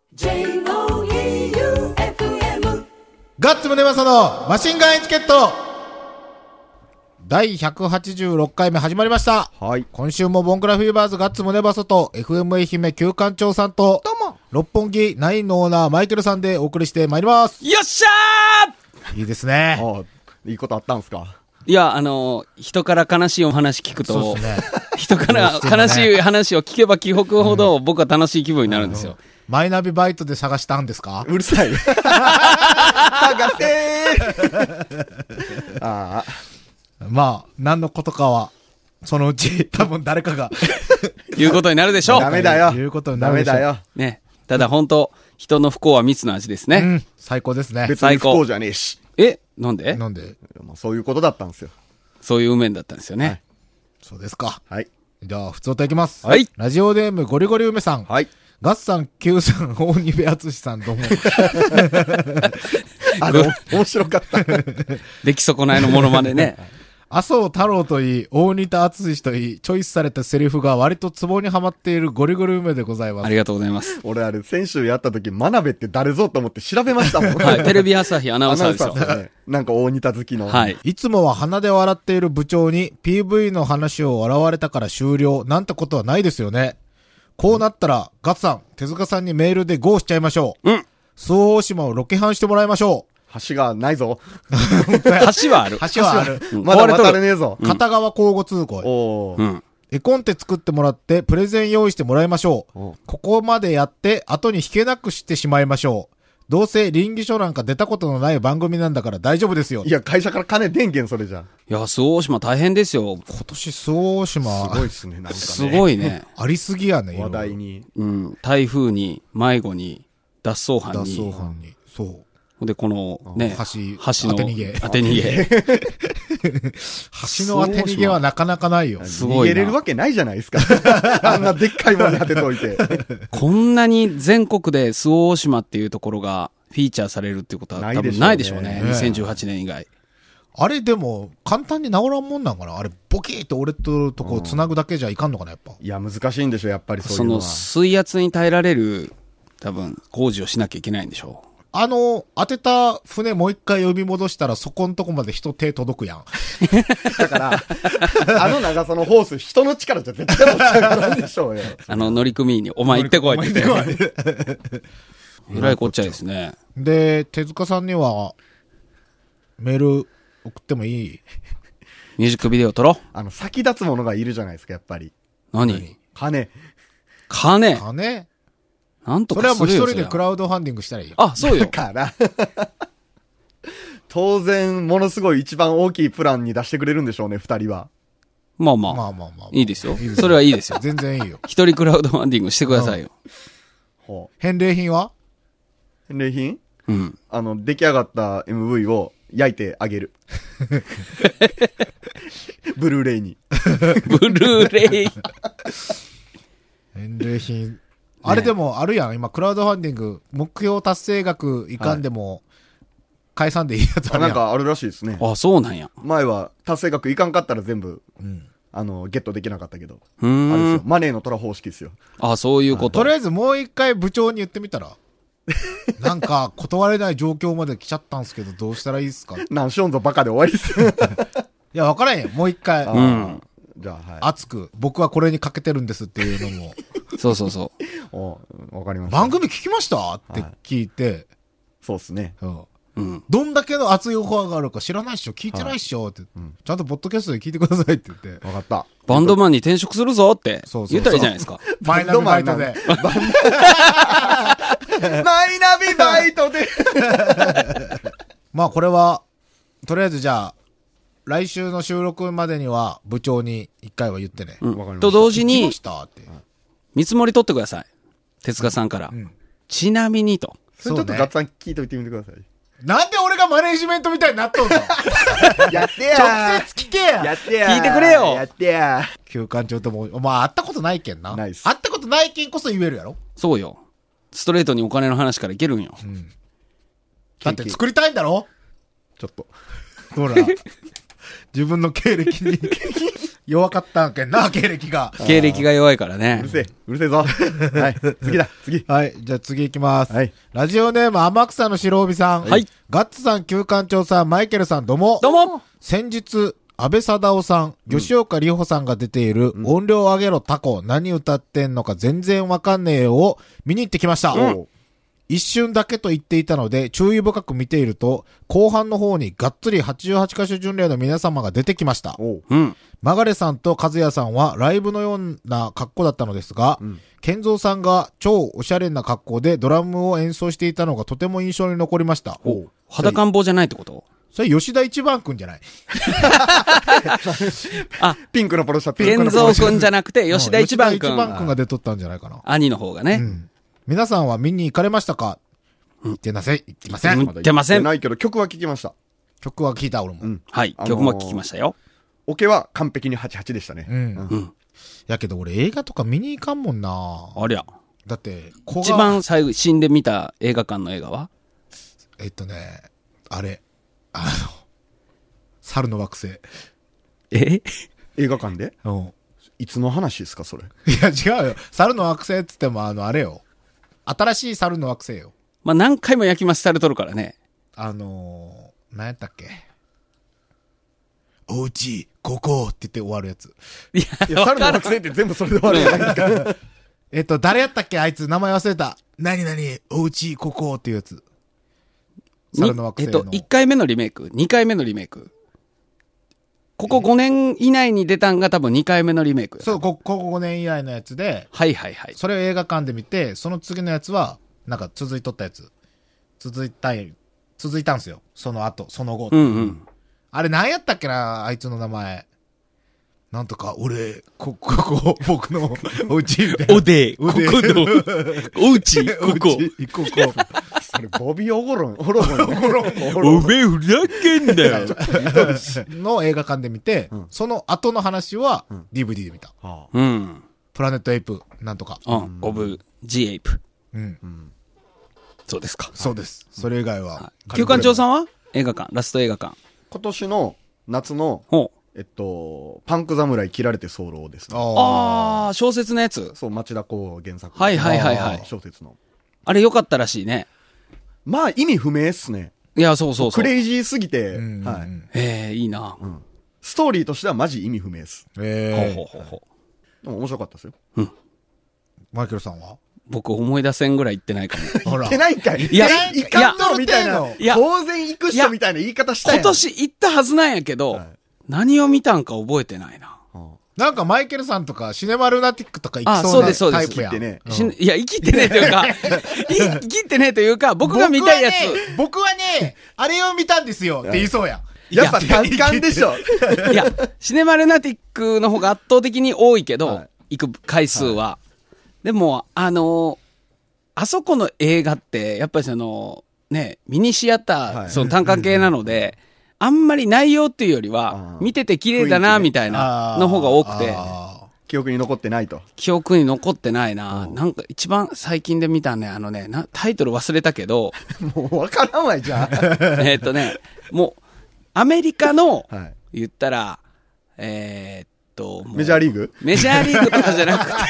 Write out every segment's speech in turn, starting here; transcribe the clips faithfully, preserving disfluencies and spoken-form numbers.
ジェイオーイーユーエフエムガッツムネマソのマシンガンエチケットだいひゃくはちじゅうろっかいめ始まりました。 はい。 今週もボンクラフィーバーズガッツムネバソと エフエム 愛媛旧館長さんとどうも六本木ナインのオーナーマイケルさんでお送りしてまいります。 よっしゃいいですね。 ああ、いいことあったんすか？ ーいや、あのー、人から悲しいお話聞くと、 そうですね。 人からどうしてもね悲しい話を聞けば聞くほど僕は楽しい気分になるんですよ。 マイナビバイトで探したんですか？ うるさい。探せーああ。 まあ、何のことかは、そのうち多分誰かがいうことになるでしょう。 ダメだよ。 いうことになるでしょう。 ダメだよ。 ね。ただ本当、人の不幸は蜜の味ですね。 うん、最高ですね。 別に不幸じゃねえし。 えなんでなんで？ まあ、そういうことだったんですよ。 そういう運命だったんですよね。 そうですか。 はい。 じゃあ、普通といきます。 はい。 ラジオネームゴリゴリ梅さん。 はい。 ガッさん、Q さん、大庭敦さん、どうも。 あの、面白かった。 出来損ないのモノマネね。 麻生太郎といい、大仁田敦といい、チョイスされたセリフが割とツボにはまっているゴリゴリ梅でございます。 ありがとうございます。 俺あれ、先週やった時、真鍋って誰ぞと思って調べましたもん。 はい。テレビ朝日アナウンサーですよ。 アナウンサーね。なんか大仁田好きの。 はい。 いつもは鼻で笑っている部長に ピーブイ の話を笑われたから終了なんてことはないですよね。こうなったら、ガッツさん、手塚さんにメールでゴーしちゃいましょう。 うん。 周防大島をロケハンしてもらいましょう。 橋がないぞ。 橋はある。 橋はある。 うんまだ渡壊れとるれねえぞ。 片側交互通行。 おー。 うん。 絵コンテ作ってもらってプレゼン用意してもらいましょう。 おここまでやって後に引けなくしてしまいましょう。どうせ倫理書なんか出たことのない番組なんだから大丈夫ですよ。 いや、会社から金出んけん、それじゃ。 いや、周防大島大変ですよ。 今年周防大島、 すごいっすね、なんかね。 すごいね。 ありすぎやね、 話題に。 うん。台風に、迷子に、脱走犯脱に。 走犯に。そう。 で、この、ね、 橋橋の、 当て逃げ当て逃げ。 橋の当て逃げはなかなかないよ。 すごいな逃げれるわけないじゃないですか。あんなでっかいものに当てといて。 こんなに全国で周防大島っていうところがフィーチャーされるっていうことは多分ないでしょうね。 ねにせんじゅうはちねん以外。 あれでも、簡単に治らんもんなんかなあれ、ボキーと折れとるとこを繋ぐだけじゃいかんのかなやっぱ。 いや、難しいんでしょ、やっぱりそういそうののは。 水圧に耐えられる、多分、工事をしなきゃいけないんでしょあの、当てた船もう一回呼び戻したらそこんとこまで人手届くやん。 だから、あの長さのホース、人の力じゃ絶対持っちゃうからでしょうよ。 う。あの乗組員に、お前行ってこいって言って。 お前行ってこいえらいこっちゃですね。 で、手塚さんには、メール送ってもいい？ ミュージックビデオ撮ろう。 あの、先立つものがいるじゃないですか、やっぱり。 何金。 金。 金？ なんとそれはもう一かするよ。 人でクラウドファンディングしたらいいよ。 あ、そうよだ。から、当然、ものすごい一番大きいプランに出してくれるんでしょうね、二人は。 まあまあ。 まあまあまあ。 いいですよ。 いいですそれはいいですよ。 全然いいよ。 一人クラウドファンディングしてくださいよ。 ほ返礼品は？ う。返礼品うん。 あの、出来上がった エムブイ を焼いてあげる。ブルーレイに。 ブルーレイ。 返礼品。あれでもあるやん。今、クラウドファンディング、目標達成額いかんでも、解散でいいやつあるやん。 あなんかあるらしいですね。 あ、そうなんや。 前は達成額いかんかったら全部、 うん。 あの、ゲットできなかったけど。 うあれですーん。。 よマネーの虎方式ですよ。 あ、そういうこと。 とりあえずもう一回部長に言ってみたら。なんか、断れない状況まで来ちゃったんすけど、どうしたらいいですか？いなんしょんぞバカで終わりですよ。 や、わからんよ。もう一回、 あんーじゃあ、はい。 熱く、僕はこれにかけてるんですっていうのも、 そうそうそう。 おわかりました。 番組聞きましたって聞いて、 そうっすね。 うんうん。 どんだけの熱いオファーがあるか知らないっしょ聞いてないっしょって、 うんちゃんとポッドキャストで聞いてくださいって言って。 わかった。 バンドマンに転職するぞってそうそうそう言ったらいいじゃないですか。 マイナビバイトで。 マイナビバイトで。 まあこれは、とりあえずじゃあ、来週の収録までには部長に一回は言ってね。 うんわかりましたと同時に聞きまし、たって。 見積もり取ってください。手塚さんから。 んちなみにと。 それちょっとガッツさん聞いといてみてください。 なんで俺がマネージメントみたいになっとんのやってや直接聞けややってや聞いてくれよやってや休館長とも、まあ会ったことないけんな。 ないっす会ったことないけんこそ言えるやろそうよ。ストレートにお金の話からいけるんよ。 だって作りたいんだろちょっと。 ほら。自分の経歴に弱かったんけんな、経歴が。 経歴が弱いからうねる。せえ、うるせえぞ。はい。次だ、次。 はい。じゃあ次行きます。 はい。 ラジオネーム天草の白帯さん。 はい。 ガッツさん、旧館長さん、マイケルさん、どうも。 どうも。 先日、安倍貞夫さん、吉岡里帆さんが出ている、音量上げろタコ、何歌ってんのか全然わかんねえよを見に行ってきました。 おう一瞬だけと言っていたので、注意深く見ていると、後半の方にがっつりはちじゅうはちかしょ巡礼の皆様が出てきました。 おううん。 マガレさんとカズヤさんはライブのような格好だったのですが、 んケンゾーさんが超おしゃれな格好でドラムを演奏していたのがとても印象に残りました。 おう裸ん坊じゃないってこと？ それ吉田一番くんじゃない？ ピンクのポロシャツ。 健三くんじゃなくて、吉田一番く吉田一番ん。 くんが出とったんじゃないかな。 兄の方がね。 うん。皆さんは見に行かれましたか？行ってなせ、行ってません。 うん行ってませんないけど、曲は聴きました。 曲は聞いた俺も。 うん。 はい。 あのー曲も聴きましたよ。 オケは完璧にはちじゅうはちでしたね。 うん。 うん。 やけど俺映画とか見に行かんもんな。 ありゃ。 だって、子が一番最新で見た映画館の映画は？ えっとね、あれ、あの、猿の惑星。 え映画館でうん。 いつの話ですか、それ。 いや違うよ。猿の惑星って言ってもあの、あれよ。新しい猿の惑星よ。 まあ、何回も焼き増しされとるからね。 あのー、何やったっけ。おうち、ここって言って終わるやつ。 いいや、猿の惑星って全部それで終わるじゃないですか。 えっと、誰やったっけあいつ、名前忘れた。何々、おうち、ここっていうやつ。猿の惑星の。 えっと、いっかいめのリメイク、にかいめのリメイク。ここごねん以内に出たんが多分にかいめのリメイク。 そう、こここごねん以来のやつで、 はいはいはい。 それを映画館で見て、その次のやつは、なんか続いとったやつ。続いたい、続いたんすよ。その後、その後。 うんうん。 あれ何やったっけなあいつの名前。なんとか、俺、こ、ここ、僕のお家みたいな。 おで、ここおでの、おうち、ここ。 お家ここ。 それ、ボビー・オゴロン、ホロゴン。ホロゴン。 おめえふざけんなよ。 の映画館で見て、 うんその後の話はんディーブイディー で見た。 はあうん。 プラネットエイプ、なんとか。 うん。オブ、ジエイプ。 うん。 そうですか。 そうです。それ以外は。 旧館長さんは映画館、ラスト映画館。 今年の夏の、 ほう。 えっと、パンク侍切られて候ですね。 あああ、小説のやつ。 そう、町田公原作。 はいはいはいはいあー小説の。 あれ良かったらしいね。 まあ、意味不明っすね。 いや、そうそうそう。 クレイジーすぎて、 あ。うん。 はい。 へえ、いいな。 うん。ストーリーとしてはマジ意味不明っす。 ほうえー、 ほうほうほう。 でも面白かったですよ。 マイケルさんは僕思い出せんぐらい行ってないかも。 ほら行ってないんかい。 いやえ行かんのみたいな。 いや当然行く人みたいな言い方したやん。 今年行ったはずなんやけど、 はい何を見たんか覚えてないな。 なんかマイケルさんとかシネマルナティックとか行あきそうなそうですそうですタイプやん。 生きてねうんしんいや、生きてねえというか、い生きてねえというか、僕が見たいやつ。 僕はね、僕はね、あれを見たんですよって言いそうやん。 やっぱ単感でしょ。 いや、シネマルナティックの方が圧倒的に多いけど、 はい行く回数は。でも、あのーあそこの映画って、やっぱりその、ね、ミニシアター、 はいその単価系なので、あんまり内容っていうよりはあ、ー見てて綺麗だな、 雰囲気ねみたいなの方が多くて、 あ記憶に残ってないと。 記憶に残ってないな。なんか一番最近で見たね、あのね、なタイトル忘れたけど、 もうわからんわい、じゃえっとね、もう、アメリカの、 あ。はい。 言ったら、えーっと、もうメジャーリーグメジャーリーグとかじゃなくて、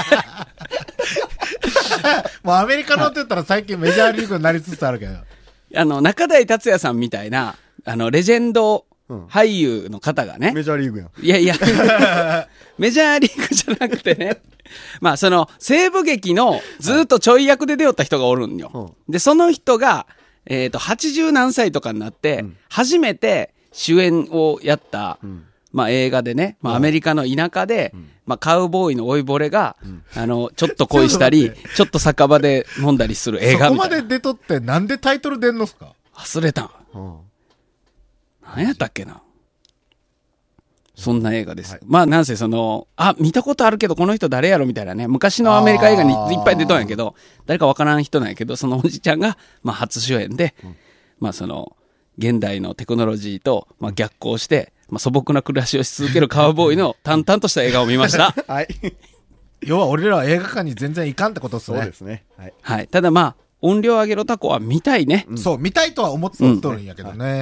もうアメリカのって言ったら最近メジャーリーグになりつつあるけど。 あの、中台達也さんみたいな、あの、レジェンドうん俳優の方がね、 メジャーリーグやん。 いやいや、メジャーリーグじゃなくてね、まあその、西部劇のずっとちょい役で出よった人がおるんよ。で、その人が、えっと、はちじゅう何歳とかになって、初めて主演をやった、まあ映画でね、まあアメリカの田舎で、まあカウボーイの老いぼれが、あの、ちょっと恋したり、ちょっと酒場で飲んだりする映そこま画みたいな。 で出とってなんでタイトル出んのっすか？ 忘れたん。何やったっけな。そんな映画です。まあ、なんせその、あ、見たことあるけど、この人誰やろみたいなね。昔のアメリカ映画にいっぱい出とんやけど、誰かわからん人なんやけど、そのおじちゃんが、まあ、初主演で、まあ、その、現代のテクノロジーと、まあ、逆行して、まあ、素朴な暮らしをし続けるカウボーイの淡々とした映画を見ました。 はい。 要は俺らは映画館に全然行かんってことっすね。 そうですね。はい。 はい。ただまあ、音量上げろタコは見たいね。 そう、見たいとは思ってとるんやけどね。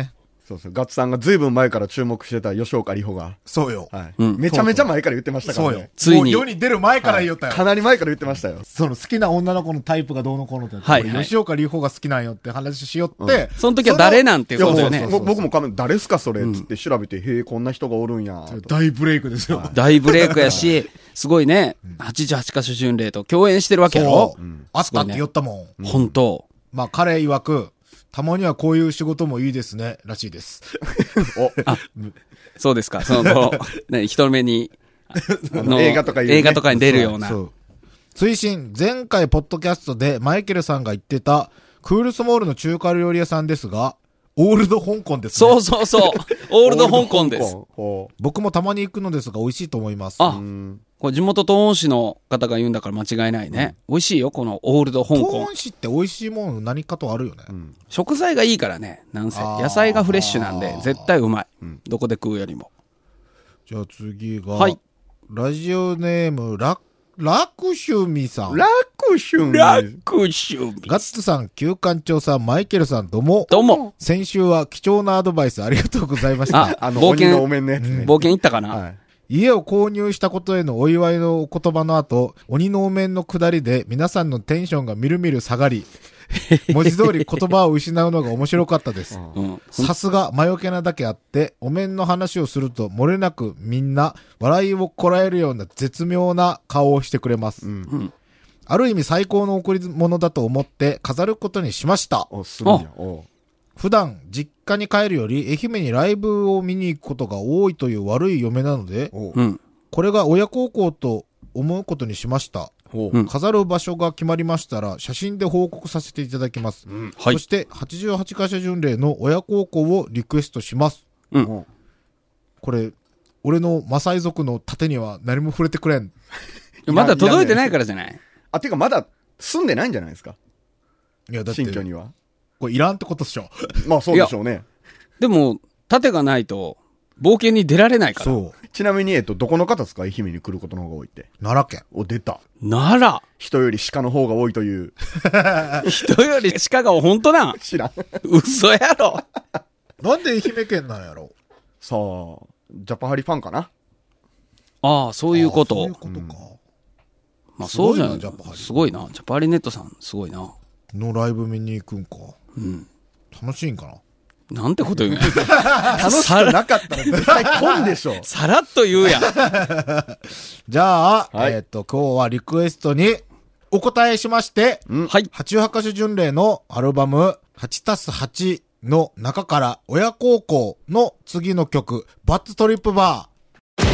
そうそう。ガッツさんがずいぶん前から注目してた吉岡里帆が。 そうよ。 はい、 うんめちゃめちゃ前から言ってましたからね。 そうよ。 ついにもう世に出る前から言おったよ。 かなり前から言ってましたよ。 その好きな女の子のタイプがどうのこうのって。 はいはい俺吉岡里帆が好きなんよって話しよって、 その時は誰なんていうことだよねいやもう僕も仮面誰っすかそれっつって調べて、へえ、こんな人がおるんや。 大ブレイクですよ。 大ブレイクやし、すごいね、はちじゅうはちかしょ巡礼と共演してるわけやろそう。あったって言ったもん。 本当。 まあ彼曰く、たまにはこういう仕事もいいですね、らしいです。 おそうですか。その、ね、人目に、の映画とかいうね映画とかに出るような。 そう。推進、前回ポッドキャストでマイケルさんが言ってた、クールスモールの中華料理屋さんですが、オールド香港ですね。 そうそうそう。オールド香港です。 ほ僕もたまに行くのですが美味しいと思います。 あう。うんこれ地元東温市の方が言うんだから間違いないね。美味しいよ、このオールド香ト港ー。ン市って美味しいもの何かとあるよね。 食材がいいからね、なんせ。 あー野菜がフレッシュなんで、絶対うまい。どこで食うよりも。 じゃあ次が、 はいラジオネーム、ラ、ラクシュミさん。 楽春楽趣味。 ガッツさん、旧館長さん、マイケルさん、どうも。 どうも。 先週は貴重なアドバイスありがとうございました。 ああの、 冒険鬼のお面のやつね。 冒険行ったかな、 はい。 家を購入したことへのお祝いのお言葉の後、鬼のお面の下りで皆さんのテンションがみるみる下がり、文字通り言葉を失うのが面白かったです。 うん。 さすが魔除けなだけあって、お面の話をすると漏れなくみんな笑いをこらえるような絶妙な顔をしてくれます。 うん。 ある意味最高の贈り物だと思って飾ることにしました。 お、すごいや。お普段実家に帰るより愛媛にライブを見に行くことが多いという悪い嫁なので、 おうん。 これが親孝行と思うことにしました。 おうん飾る場所が決まりましたら写真で報告させていただきます。 はいそしてはちじゅうはちかしょ巡礼の親孝行をリクエストします。 うんおこれ、俺のマサイ族の盾には何も触れてくれん。 まだ届いてないからじゃないあ、てかまだ住んでないんじゃないですかいや、だって、 新居には。 これいらんってことっしょ。 まあそうでしょうね。 でも、盾がないと、冒険に出られないから。 そう。 ちなみに、えっと、どこの方ですか愛媛に来ることの方が多いって。 奈良県。 お、出た。 なら、 人より鹿の方が多いという。 人より鹿が本当なん知らん。 嘘やろ。 なんで愛媛県なんやろ。 さあ、ジャパハリファンかなああ、そういうこあそういうと。 ことか。 まあそうじゃすごいなんジャパハリすごいな。ジャパハリネットさん、すごいな。 のライブ見に行くんか。 うん。 楽しいんかな。 なんてこと言うんや。 楽しくなかったら絶対来んでしょ。 さらっと言うやん。 じゃあ、 はいえっ、と、今日はリクエストにお答えしまして、 はい。 はちじゅうはちかしょ巡礼のアルバムはちたすはちの中から親孝行の次の曲、バッツトリップバー。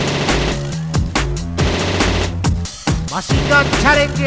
マシンガンチャレンジ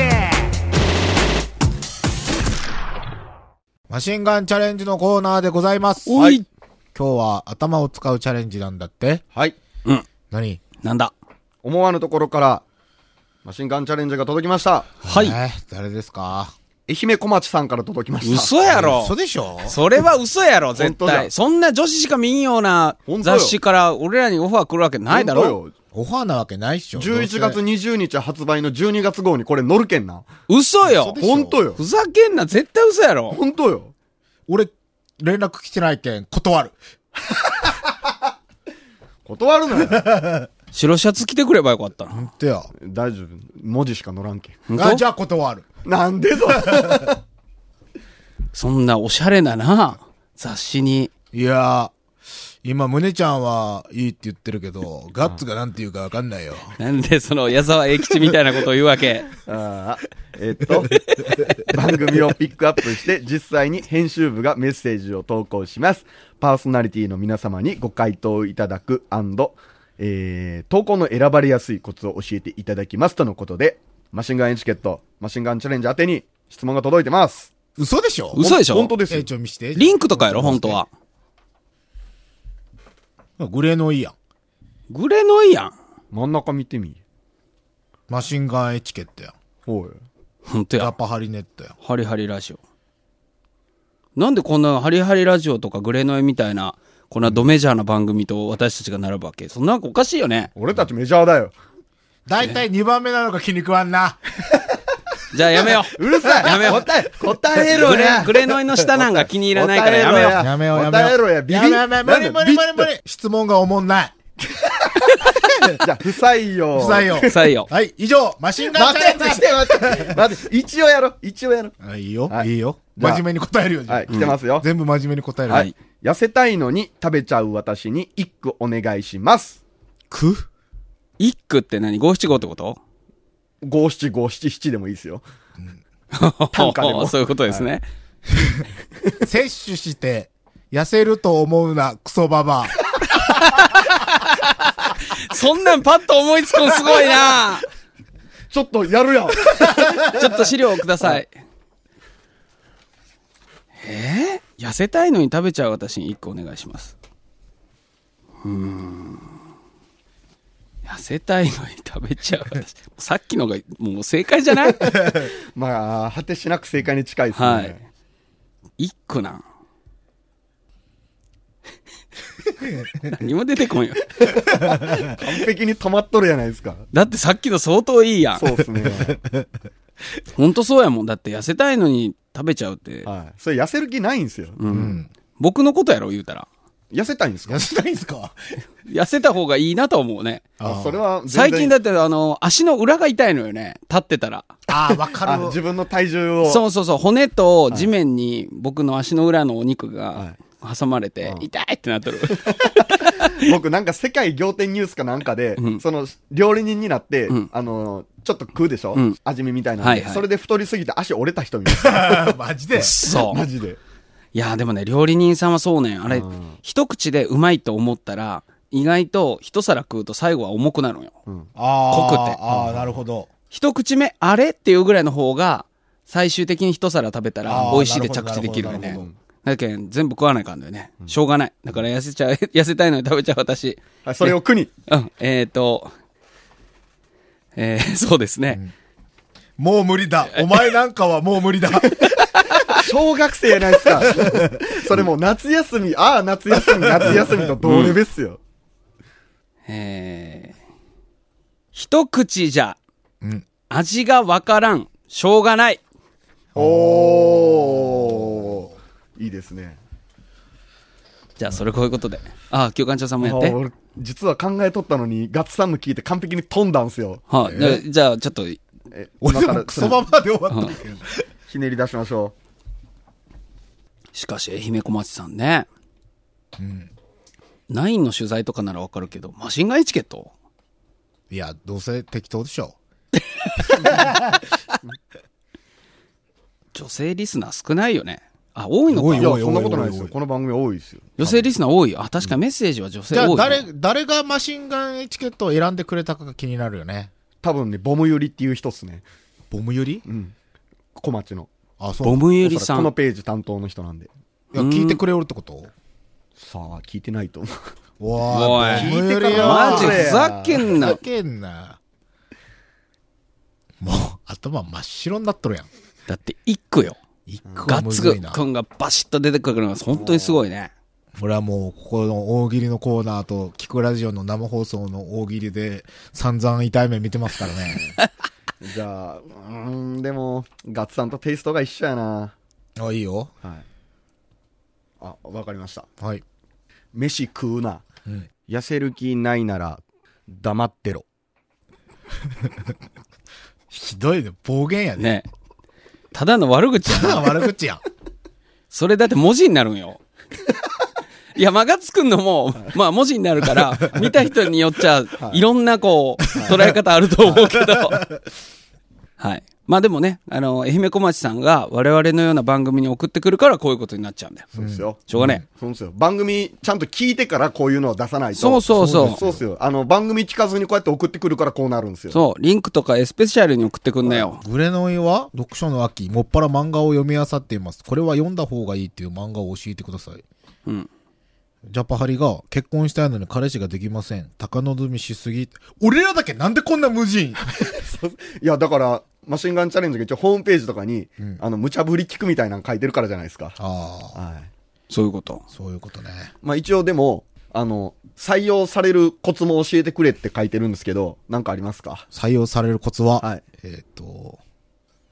マシンガンチャレンジのコーナーでございます。 おい。 今日は頭を使うチャレンジなんだってはい。 うん。 何なんだ。 思わぬところから、マシンガンチャレンジが届きました。 はい。 えー誰ですか愛媛小町さんから届きました。 嘘やろ嘘。でしょそれは嘘やろ、絶本当だ対。そんな女子しか見んような本当よ雑誌から俺らにオファー来るわけないだろ。 本当よオファーなわけないっしょ。 じゅういちがつどうにじゅうにち発売のじゅうにがつ号にこれ載るけんな。 嘘よ嘘。でしょ本当よふ。ざけんな、絶対嘘やろ。 本当よ。 せ俺、連絡来てないけん、断る。 断るなよ。 白シャツ着てくればよかったな。 ほんとや。 大丈夫。文字しか載らんけん。 ほんとあ、じゃあ断る。 なんでぞ。 そんなおしゃれなな、雑誌に。 いやー、今、胸ちゃんはいいって言ってるけど、ガッツがなんて言うかわかんないよ。 なんでその矢沢永吉みたいなことを言うわけ。 あーえっと、番組をピックアップして実際に編集部がメッセージを投稿します。パーソナリティの皆様にご回答いただく&、えー、投稿の選ばれやすいコツを教えていただきますとのことで、マシンガンエチケット、マシンガンチャレンジ宛てに質問が届いてます。 嘘でしょ嘘でしょえ、 本当ですよ。 ちょ、見して。 リンクとかやろ、本当は。 グレーのいいやん。 グレノイやん。 真ん中見てみ。 マシンガンエチケットやん。 ほうよ。 本当や。 ジャパハリネットやん。 ハリハリラジオ。なんでこんなハリハリラジオとかグレノイみたいな、こんなドメジャーな番組と私たちが並ぶわけ。そんなおかしいよね。 俺たちメジャーだよ。 だいたいにばんめなのが気に食わんな。 じゃあやめようるさいやめよう答え、答えう。グレろやグレノイの下なんか気に入らないからやめよう。 やめようやめよう。 答えろや、ビビやめようやめよう無理無理無理無理。 理。質問がおもんない。 じゃあ、不採用。 不採用。 不採用。 はい、以上、マシンガンチャレンジ待って、待って、待って。待って、一応やろう。一応やろう。 あいいよ、 はいいいよ。 じゃあ真面目に答えるよ、じゃあはい、来てますよ。 全部真面目に答える。 はいい。痩せたいのに食べちゃう私に一句お願いします。 く一句って何五七五ってこと五七五七七でもいいですよ。短歌でもそういうことですね。 摂取して、痩せると思うな、クソババア。 そんなんパッと思いつくのすごいなちょっとやるやん。 ちょっと資料をください。えー、痩せたいのに食べちゃう私に一個お願いします。うーん。痩せたいのに食べちゃう私。さっきのがもう正解じゃないまあ、果てしなく正解に近いですね。 はい。一個なん。何も出てこんよ。 完璧に止まっとるやないですか。 だってさっきの相当いいやん。 そうですね。 ほんとそうやもん。だって痩せたいのに食べちゃうって。 はい。それ痩せる気ないんですよ。 うんうん。 僕のことやろ、言うたら。 痩せたいんですか痩せたいんすか？ 痩せた方がいいなと思うね。 あ、それは全然最近だってあの、足の裏が痛いのよね。立ってたら。 ああ、わかる。 あ自分の体重を。 そうそうそう。骨と地面に僕の足の裏のお肉はが挟まれて、 うん痛いってなってる。 僕なんか世界仰天ニュースかなんかで、 うんその料理人になって、 うんあのちょっと食うでしょ、 うん味見みたいなんで、 はいはいそれで太りすぎて足折れた人見ました。 マジで。 そう。 マジで。 いや、でもね、料理人さんはそうねん。あれ、 うん一口でうまいと思ったら、意外と一皿食うと最後は重くなるのよ。 うんああ。 濃くてああ、なるほど。 一口目、あれっていうぐらいの方が、最終的に一皿食べたらあー美味しいで着地できるよねなるほどなるほど。 だけん全部食わないかんだよね。しょうがない。だから痩せちゃう、痩せたいのに食べちゃう私。 はい、それを苦に。 うん、えーと、えー、そうですね。 もう無理だ。お前なんかはもう無理だ。 小学生やないですか。それもう夏休み、ああ、夏休み、夏休みと同レベっすよ。 えー、一口じゃうん。 味がわからん。しょうがない。 おー。いいですね。 じゃあ、それこういうことで。あ、教官長さんもやって。 あ俺実は考えとったのに、ガッツさんも聞いて完璧に飛んだんすよ。 はい、でじゃあ、ちょっと、 え俺で今からもクソババアで終わったけど。 ひねり出しましょしかし、愛媛小町さんね。 うん。 ナインの取材とかならわかるけど、マシンガンエチケットいや、どうせ適当でしょ。 女性リスナー少ないよね。あ、多いのかう。 多いよいや、そんなことないですよ。 おいおいおいこの番組多いですよ。 女性リスナー多いよ。あ、確かメッセージは女性じゃあ、 多い、ね。 誰、誰がマシンガンエチケットを選んでくれたかが気になるよね。 多分ね、ボムユリっていう人っすね。 ボムよりうん。小町の。 あ、そう。 ボムユリおそらくこのさん。 ページ担当の人なんで。 いや、聞いてくれおるってことさあ、聞いてないと思う。 おおいー、ボムよりよマジ聞いてからふざけんなふざ。けんな。もう、頭真っ白になっとるやん。 だって一句よ。 一個ガッツはむずいな。 くんがバシッと出てくるのが本当にすごいね。 俺はもう、ここの大喜利のコーナーと、聞くラジオの生放送の大喜利で、散々痛い目見てますからね。 じゃあ、うーん、でも、ガッツさんとテイストが一緒やな。 あ、いいよ。 はい。あ、わかりました。 はい。 飯食うな。 うん。 痩せる気ないなら、黙ってろ。 ひどいね。暴言やね。 ね。ただの悪口やな。 悪口やん。 それだって文字になるんよ。いや、間がつくのも、まあ文字になるから、見た人によっちゃ、いろんなこう、捉え方あると思うけど。はい。まあでもね、あの、愛媛小町さんが我々のような番組に送ってくるからこういうことになっちゃうんだよ。 そうですよ。 しょうがねえ。 そうですよ。番組ちゃんと聞いてからこういうのを出さないと。 そうそうそう。 そうですよ。あの、番組聞かずにこうやって送ってくるからこうなるんですよ。 そう、リンクとかエスペシャルに送ってくんなよ。 グレノイは読書の秋、もっぱら漫画を読み漁っています。これは読んだ方がいいっていう漫画を教えてください。 うん。 ジャパハリが結婚したいのに彼氏ができません。高望みしすぎ。俺らだけなんでこんな無人いや、だから、マシンガンチャレンジが一応ホームページとかに、 うんあの、無茶ぶり聞くみたいなの書いてるからじゃないですか。 ああ、 はい。 そういうこと。 そういうことね。 まあ一応でも、あの、採用されるコツも教えてくれって書いてるんですけど、なんかありますか？ 採用されるコツは、 はい。 えっ、と、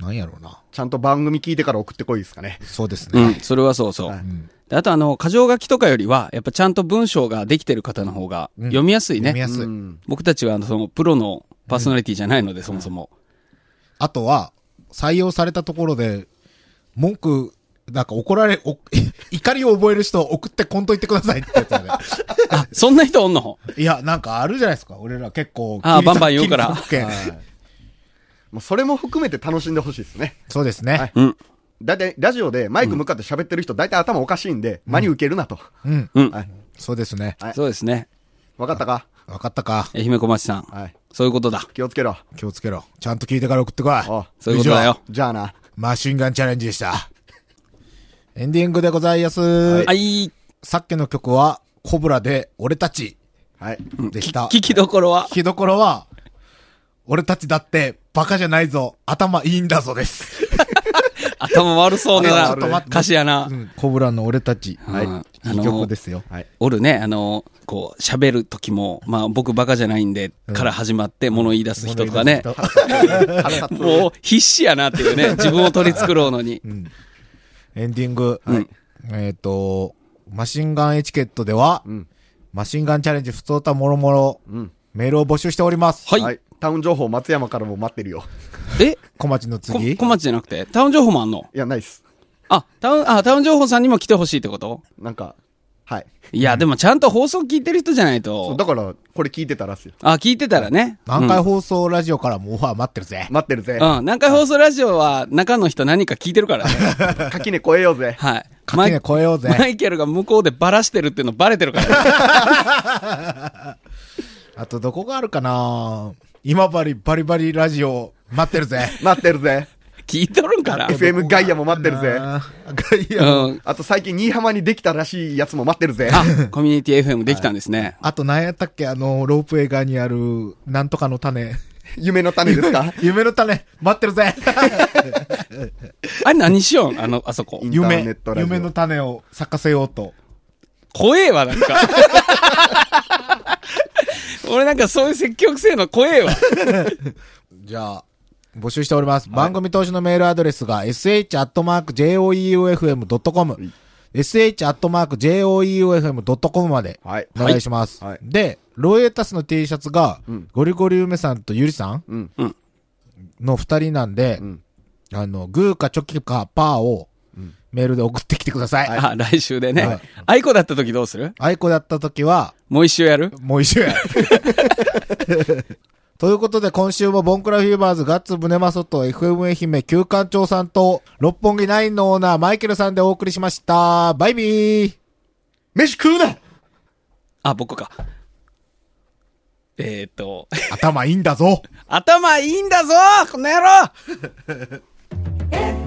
なんやろうな。 ちゃんと番組聞いてから送ってこいですかね。 そうですね。 うん、それはそうそう。 はいであとあの、箇条書きとかよりは、やっぱちゃんと文章ができてる方の方がうん読みやすいね。 読みやすい。 うん僕たちはあの、その、プロのパーソナリティじゃないので、そもそも。 あとは、採用されたところで、文句、なんか怒られ、お怒りを覚える人送ってこんといてくださいってやつだね。 あ、そんな人おんのいや、なんかあるじゃないですか。俺ら結構。 あーバンバン言うから切り裂くけんはいもうそれも含めて楽しんでほしいですね。 そうですね。 はいうん。 だいたいラジオでマイク向かって喋ってる人、だいたい頭おかしいんで、真に受けるなと。 うん。 うん。 はい。 そうですね。 はいそうですね。 わかったか？ わかったか。 愛媛小町さん。 はい。 そういうことだ。 気をつけろ。 気をつけろ。ちゃんと聞いてから送ってこい。 あそういうことだよ。 じゃあな。 マシンガンチャレンジでした。エンディングでございます。 はい。 さっきの曲は、コブラで、俺たちはい。 でした。 聞きどころは聞きどころは、俺たちだって、バカじゃないぞ、頭いいんだぞです。 頭悪そういやなちょっと待って歌詞やな。 うんコブラの俺たち。 はいうんいい曲ですよ。 はい。 おるね、あの、こう、喋る時も、まあ僕バカじゃないんで、から始まって物言い出す人とかね。 腹立つもう必死やなっていうね、自分を取り繕うのに。 エンディング。 はいえっ、と、マシンガンエチケットでは、 うん。 マシンガンチャレンジ、ふつおたもろもろ、 うん。 メールを募集しております。 はい。 はい。タウン情報松山からも待ってるよ。 え小町のこ次。 小町じゃなくてタウン情報もあんのいや、ないっす。 あ、タウン、あ、タウン情報さんにも来てほしいってことなんか、はい。 いや、でもちゃんと放送聞いてる人じゃないそう、 と。 だから、これ聞いてたらっすよ。 あ、聞いてたらね。 南海放送ラジオからもオファー待ってるぜ。 待ってるぜ。 うん。南海放送ラジオは中の人何か聞いてるからね。 垣根越えようぜ。 はい。 垣根越えようぜ。 マイケルが向こうでバラしてるっていうのバレてるからね。 あとどこがあるかな今治バリバリラジオ待ってるぜ。 待ってるぜ。 聞いとるんかなエフエム ガイアも待ってるぜ。 あーガイア。 うん。 あと最近新居浜にできたらしいやつも待ってるぜ。 あ、コミュニティ エフエム できたんですね。 あと何やったっけあの、ロープウェイ側にある、なんとかの種。 夢の種ですか？ 夢の種、待ってるぜ。 あれ何しよんあの、あそこイ。ンターネ夢ット、ラジオ夢の種を咲かせようと。 怖えわ、なんか。俺なんかそういう積極性の怖えわ。 じゃあ、募集しております。番組投資のメールアドレスが エスエイチアットマークジェイオーイーユーエフエムドットコム、エスエイチアットマークジェイオーイーユーエフエムドットコム まではい。 お願いします。 はいはいで、ロイエタスの T シャツが、 うんゴリゴリ梅さんとゆりさんうん。 の二人なんで、 うん。 あの、グーかチョキかパーをうんメールで送ってきてください。 はいあ、来週ではいね。アイコだった時どうするアイコだった時は、 もう一周やるもう一緒や。ということで、今週もボンクラフィーバーズガッツムネマソと エフエム 愛媛旧館長さんと六本木ナインのオーナーマイケルさんでお送りしました。バイビー。 飯食うなあ、僕か。えーっと、 頭いいんだぞ。 頭いいんだぞこの野郎エフ